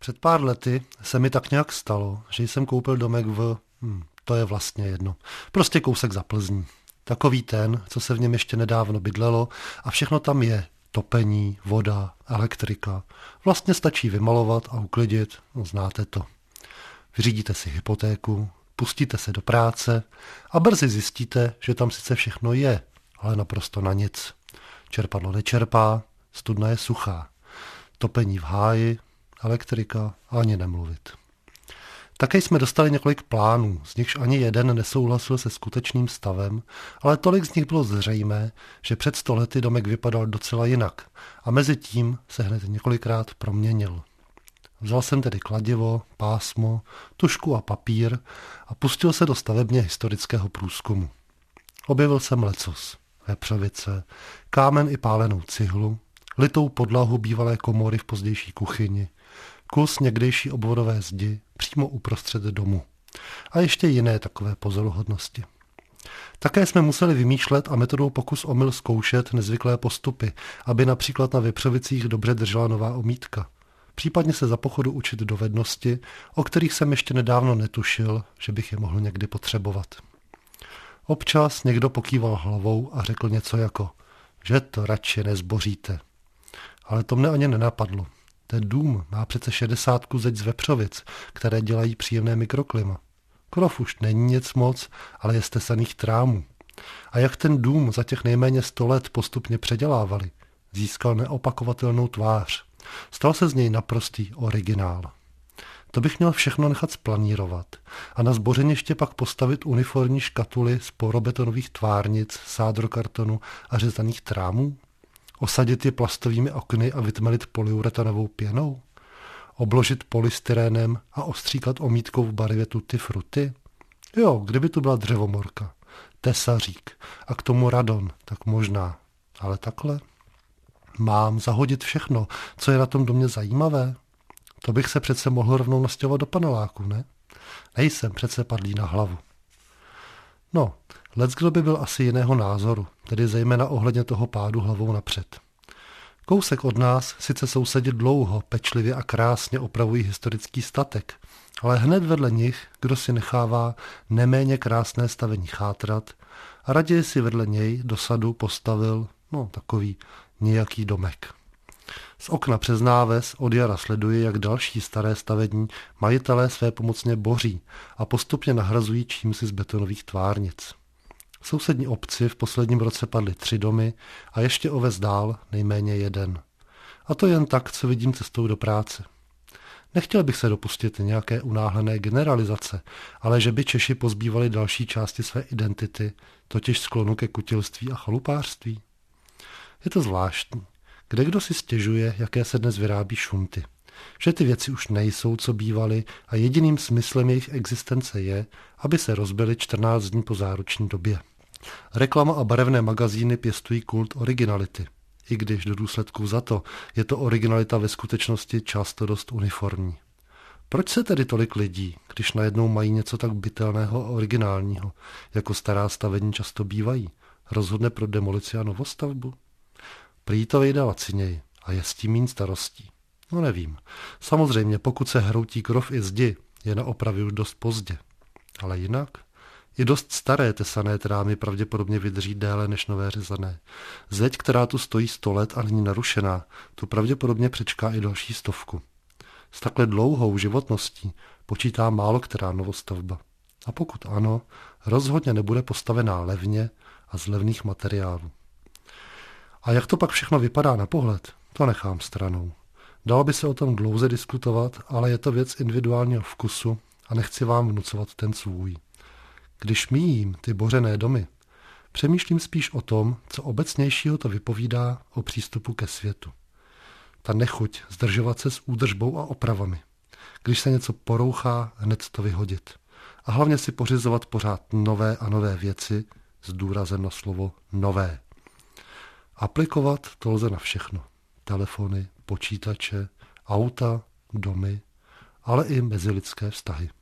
Před pár lety se mi tak nějak stalo, že jsem koupil domek to je vlastně jedno, prostě kousek za Plzní. Takový ten, co se v něm ještě nedávno bydlelo a všechno tam je. Topení, voda, elektrika. Vlastně stačí vymalovat a uklidit, znáte to. Vyřídíte si hypotéku, pustíte se do práce a brzy zjistíte, že tam sice všechno je, ale naprosto na nic. Čerpadlo nečerpá, studna je suchá. Topení v háji, elektrika a ani nemluvit. Také jsme dostali několik plánů, z nichž ani jeden nesouhlasil se skutečným stavem, ale tolik z nich bylo zřejmé, že před 100 lety domek vypadal docela jinak a mezi tím se hned několikrát proměnil. Vzal jsem tedy kladivo, pásmo, tužku a papír a pustil se do stavebně historického průzkumu. Objevil jsem lecos, vepřovice, kámen i pálenou cihlu, litou podlahu bývalé komory v pozdější kuchyni, kus někdejší obvodové zdi přímo uprostřed domu. A ještě jiné takové pozoruhodnosti. Také jsme museli vymýšlet a metodou pokus omyl zkoušet nezvyklé postupy, aby například na vepřovicích dobře držela nová omítka. Případně se za pochodu učit dovednosti, o kterých jsem ještě nedávno netušil, že bych je mohl někdy potřebovat. Občas někdo pokýval hlavou a řekl něco jako, že to radši nezboříte. Ale to mne ani nenapadlo. Ten dům má přece 60 zeď z vepřovic, které dělají příjemné mikroklima. Krov už není nic moc, ale je z tesaných trámů. A jak ten dům za těch nejméně 100 let postupně předělávali, získal neopakovatelnou tvář. Stal se z něj naprostý originál. To bych měl všechno nechat splanírovat a na zbořeniště pak postavit uniformní škatuly z porobetonových tvárnic, sádrokartonu a řezaných trámů? Osadit je plastovými okny a vytmelit polyuretanovou pěnou? Obložit polystyrénem a ostříkat omítkou v barvě tutti frutti? Jo, kdyby tu byla dřevomorka, tesařík a k tomu radon, tak možná. Ale takhle? Mám zahodit všechno, co je na tom domě zajímavé? To bych se přece mohl rovnou nastěhovat do paneláku, ne? Nejsem přece padlý na hlavu. No, leckdo by byl asi jiného názoru, tedy zejména ohledně toho pádu hlavou napřed. Kousek od nás sice sousedi dlouho, pečlivě a krásně opravují historický statek, ale hned vedle nich, kdo si nechává neméně krásné stavení chátrat a raději si vedle něj do sadu postavil, takový nějaký domek. Z okna přes náves od jara sleduji, jak další staré stavební majitelé své pomocně boří a postupně nahrazují čímsi z betonových tvárnic. V sousední obci v posledním roce padly 3 domy a ještě oves dál nejméně 1. A to jen tak, co vidím cestou do práce. Nechtěl bych se dopustit nějaké unáhlené generalizace, ale že by Češi pozbývali další části své identity, totiž sklonu ke kutilství a chalupářství. Je to zvláštní. Kdekdo si stěžuje, jaké se dnes vyrábí šunty. Že ty věci už nejsou, co bývaly a jediným smyslem jejich existence je, aby se rozbily 14 dní po záruční době. Reklama a barevné magazíny pěstují kult originality. I když do důsledku za to je to originalita ve skutečnosti často dost uniformní. Proč se tedy tolik lidí, když najednou mají něco tak bytelného a originálního, jako stará stavení často bývají, rozhodne pro demolici a novostavbu? Prý to vyjde laciněji a je s tím míň starostí. No nevím. Samozřejmě, pokud se hroutí krov i zdi, je na opravy už dost pozdě. Ale jinak? I dost staré tesané trámy pravděpodobně vydrží déle než nové řezané. Zeď, která tu stojí 100 let a není narušená, tu pravděpodobně přečká i další 100. S takhle dlouhou životností počítá málo která novostavba. A pokud ano, rozhodně nebude postavená levně a z levných materiálů. A jak to pak všechno vypadá na pohled, to nechám stranou. Dalo by se o tom dlouze diskutovat, ale je to věc individuálního vkusu a nechci vám vnucovat ten svůj. Když míjím ty bořené domy, přemýšlím spíš o tom, co obecnějšího to vypovídá o přístupu ke světu. Ta nechuť zdržovat se s údržbou a opravami. Když se něco porouchá, hned to vyhodit. A hlavně si pořizovat pořád nové a nové věci s důrazem na slovo nové. Aplikovat to lze na všechno. Telefony, počítače, auta, domy, ale i mezilidské vztahy.